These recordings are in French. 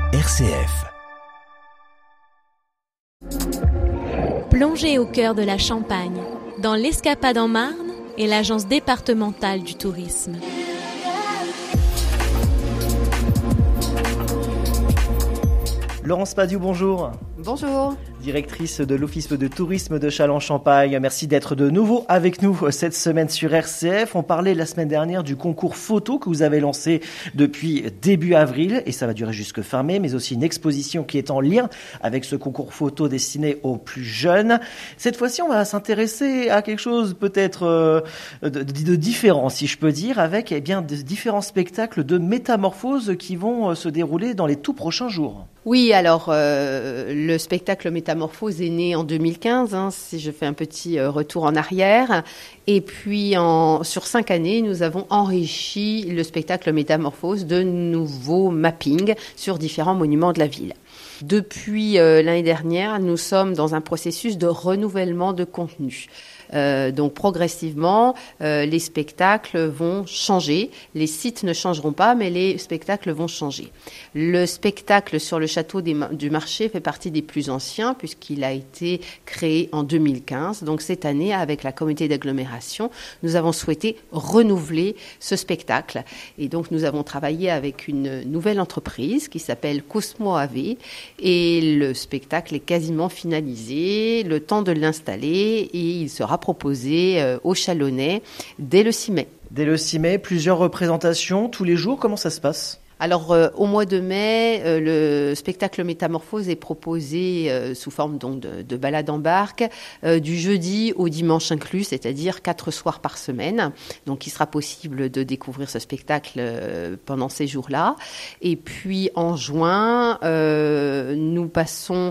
RCF. Plongez au cœur de la Champagne, dans l'Escapade en Marne et l'Agence départementale du tourisme. Laurence Padiou, bonjour. Bonjour. Directrice de l'Office de tourisme de Châlons-Champagne. Merci d'être de nouveau avec nous cette semaine sur RCF. On parlait la semaine dernière du concours photo que vous avez lancé depuis début avril et ça va durer jusque fin mai, mais aussi une exposition qui est en lien avec ce concours photo destiné aux plus jeunes. Cette fois-ci, on va s'intéresser à quelque chose peut-être de différent, si je peux dire, avec de différents spectacles de métamorphose qui vont se dérouler dans les tout prochains jours. Oui, alors le spectacle Métamorphose est né en 2015, si je fais un petit retour en arrière. Et puis sur 5 années, nous avons enrichi le spectacle Métamorphose de nouveaux mappings sur différents monuments de la ville. Depuis l'année dernière, nous sommes dans un processus de renouvellement de contenu. Donc progressivement, les spectacles vont changer. Les sites ne changeront pas, mais les spectacles vont changer. Le spectacle sur le château du Marché fait partie des plus anciens puisqu'il a été créé en 2015. Donc cette année, avec la communauté d'agglomération, nous avons souhaité renouveler ce spectacle. Et donc nous avons travaillé avec une nouvelle entreprise qui s'appelle Cosmo AV et le spectacle est quasiment finalisé. Le temps de l'installer et il sera proposé aux Chalonnais dès le 6 mai. Dès le 6 mai, plusieurs représentations tous les jours. Comment ça se passe ? Alors, au mois de mai, le spectacle Métamorphose est proposé sous forme donc de balade en barque, du jeudi au dimanche inclus, c'est-à-dire 4 soirs par semaine. Donc, il sera possible de découvrir ce spectacle pendant ces jours-là. Et puis, en juin, nous passons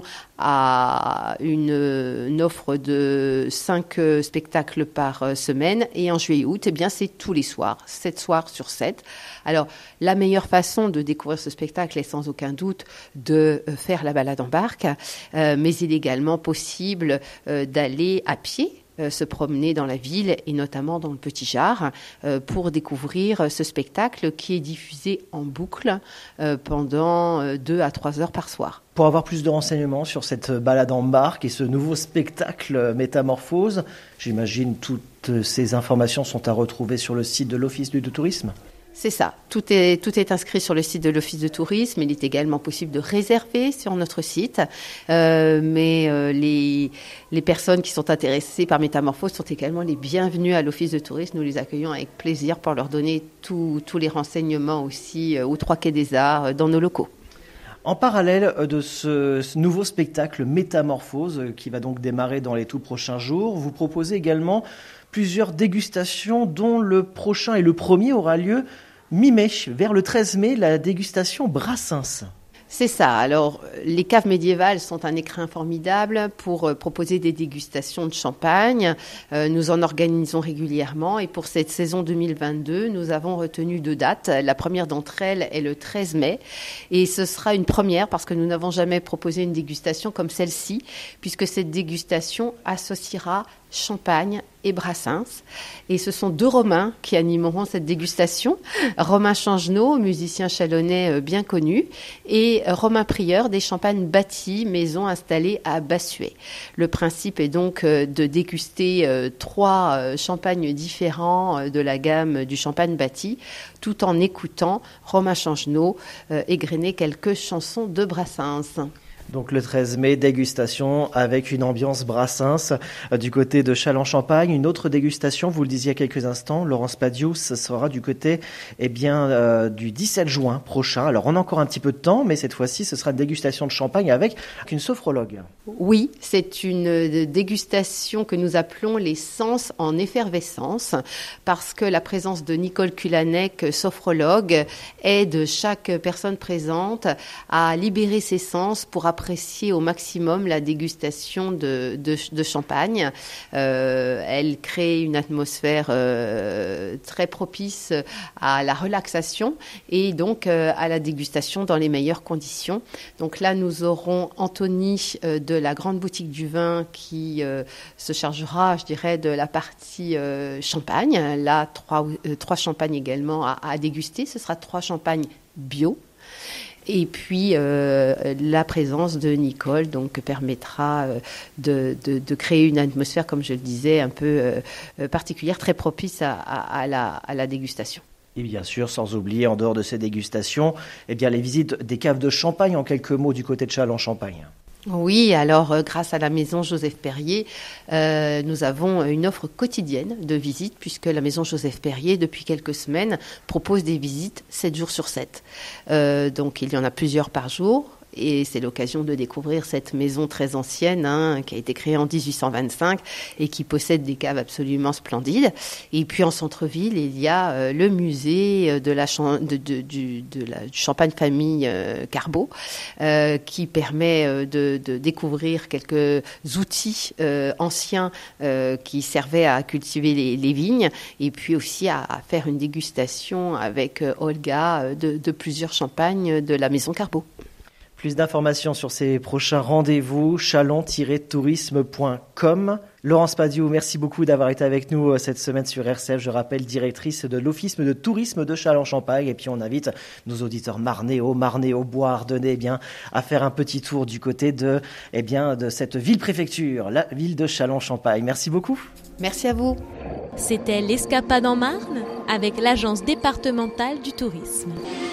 à une offre de 5 spectacles par semaine. Et en juillet-août, c'est tous les soirs, 7 soirs sur 7. Alors, la meilleure façon de découvrir ce spectacle est sans aucun doute de faire la balade en barque, mais il est également possible d'aller à pied, se promener dans la ville et notamment dans le Petit Jard pour découvrir ce spectacle qui est diffusé en boucle pendant 2 à 3 heures par soir. Pour avoir plus de renseignements sur cette balade en barque et ce nouveau spectacle Métamorphose, j'imagine toutes ces informations sont à retrouver sur le site de l'Office du tourisme. C'est ça. Tout est inscrit sur le site de l'Office de tourisme. Il est également possible de réserver sur notre site. Mais les personnes qui sont intéressées par Métamorphose sont également les bienvenues à l'Office de tourisme. Nous les accueillons avec plaisir pour leur donner tous les renseignements aussi aux 3 quais des Arts dans nos locaux. En parallèle de ce nouveau spectacle Métamorphose qui va donc démarrer dans les tout prochains jours, vous proposez également plusieurs dégustations dont le prochain et le premier aura lieu mi-mai, vers le 13 mai, la dégustation Brassens. C'est ça. Alors, les caves médiévales sont un écrin formidable pour proposer des dégustations de champagne. Nous en organisons régulièrement et pour cette saison 2022, nous avons retenu 2 dates. La première d'entre elles est le 13 mai et ce sera une première parce que nous n'avons jamais proposé une dégustation comme celle-ci puisque cette dégustation associera champagne et Brassens. Et ce sont 2 Romains qui animeront cette dégustation. Romain Changenot, musicien chalonnais bien connu, et Romain Prieur, des Champagnes Bâties, maison installée à Bassuet. Le principe est donc de déguster 3 champagnes différents de la gamme du Champagne Bâti, tout en écoutant Romain Changenot égrener quelques chansons de Brassens. Donc le 13 mai, dégustation avec une ambiance Brassens du côté de Châlons-Champagne. Une autre dégustation, vous le disiez il y a quelques instants, Laurence Padiou, ce sera du côté du 17 juin prochain. Alors on a encore un petit peu de temps, mais cette fois-ci, ce sera une dégustation de champagne avec une sophrologue. Oui, c'est une dégustation que nous appelons les sens en effervescence parce que la présence de Nicole Kulanec, sophrologue, aide chaque personne présente à libérer ses sens pour apprécier au maximum la dégustation de champagne. Elle crée une atmosphère très propice à la relaxation et donc à la dégustation dans les meilleures conditions. Donc là, nous aurons Anthony de la Grande Boutique du Vin qui se chargera, je dirais, de la partie champagne. Là, 3 champagnes également à déguster. Ce sera 3 champagnes bio. Et puis la présence de Nicole donc permettra de créer une atmosphère, comme je le disais, un peu particulière, très propice à la dégustation. Et bien sûr, sans oublier, en dehors de ces dégustations, eh bien, les visites des caves de champagne, en quelques mots, du côté de Châlons-Champagne. Oui, alors grâce à la maison Joseph Perrier, nous avons une offre quotidienne de visites puisque la maison Joseph Perrier, depuis quelques semaines, propose des visites 7 jours sur 7. Donc il y en a plusieurs par jour. Et c'est l'occasion de découvrir cette maison très ancienne, qui a été créée en 1825 et qui possède des caves absolument splendides. Et puis en centre-ville, il y a le musée du Champagne Famille Carbeau, qui permet de découvrir quelques outils anciens qui servaient à cultiver les vignes, et puis aussi à faire une dégustation avec Olga de plusieurs champagnes de la maison Carbeau. Plus d'informations sur ces prochains rendez-vous, chalon-tourisme.com. Laurence Padiou, merci beaucoup d'avoir été avec nous cette semaine sur RCF. Je rappelle, directrice de l'Office de tourisme de Châlons-Champagne. Et puis on invite nos auditeurs marnéaux, Bois, Ardennais, à faire un petit tour du côté de cette ville-préfecture, la ville de Châlons-Champagne. Merci beaucoup. Merci à vous. C'était l'Escapade en Marne avec l'Agence départementale du tourisme.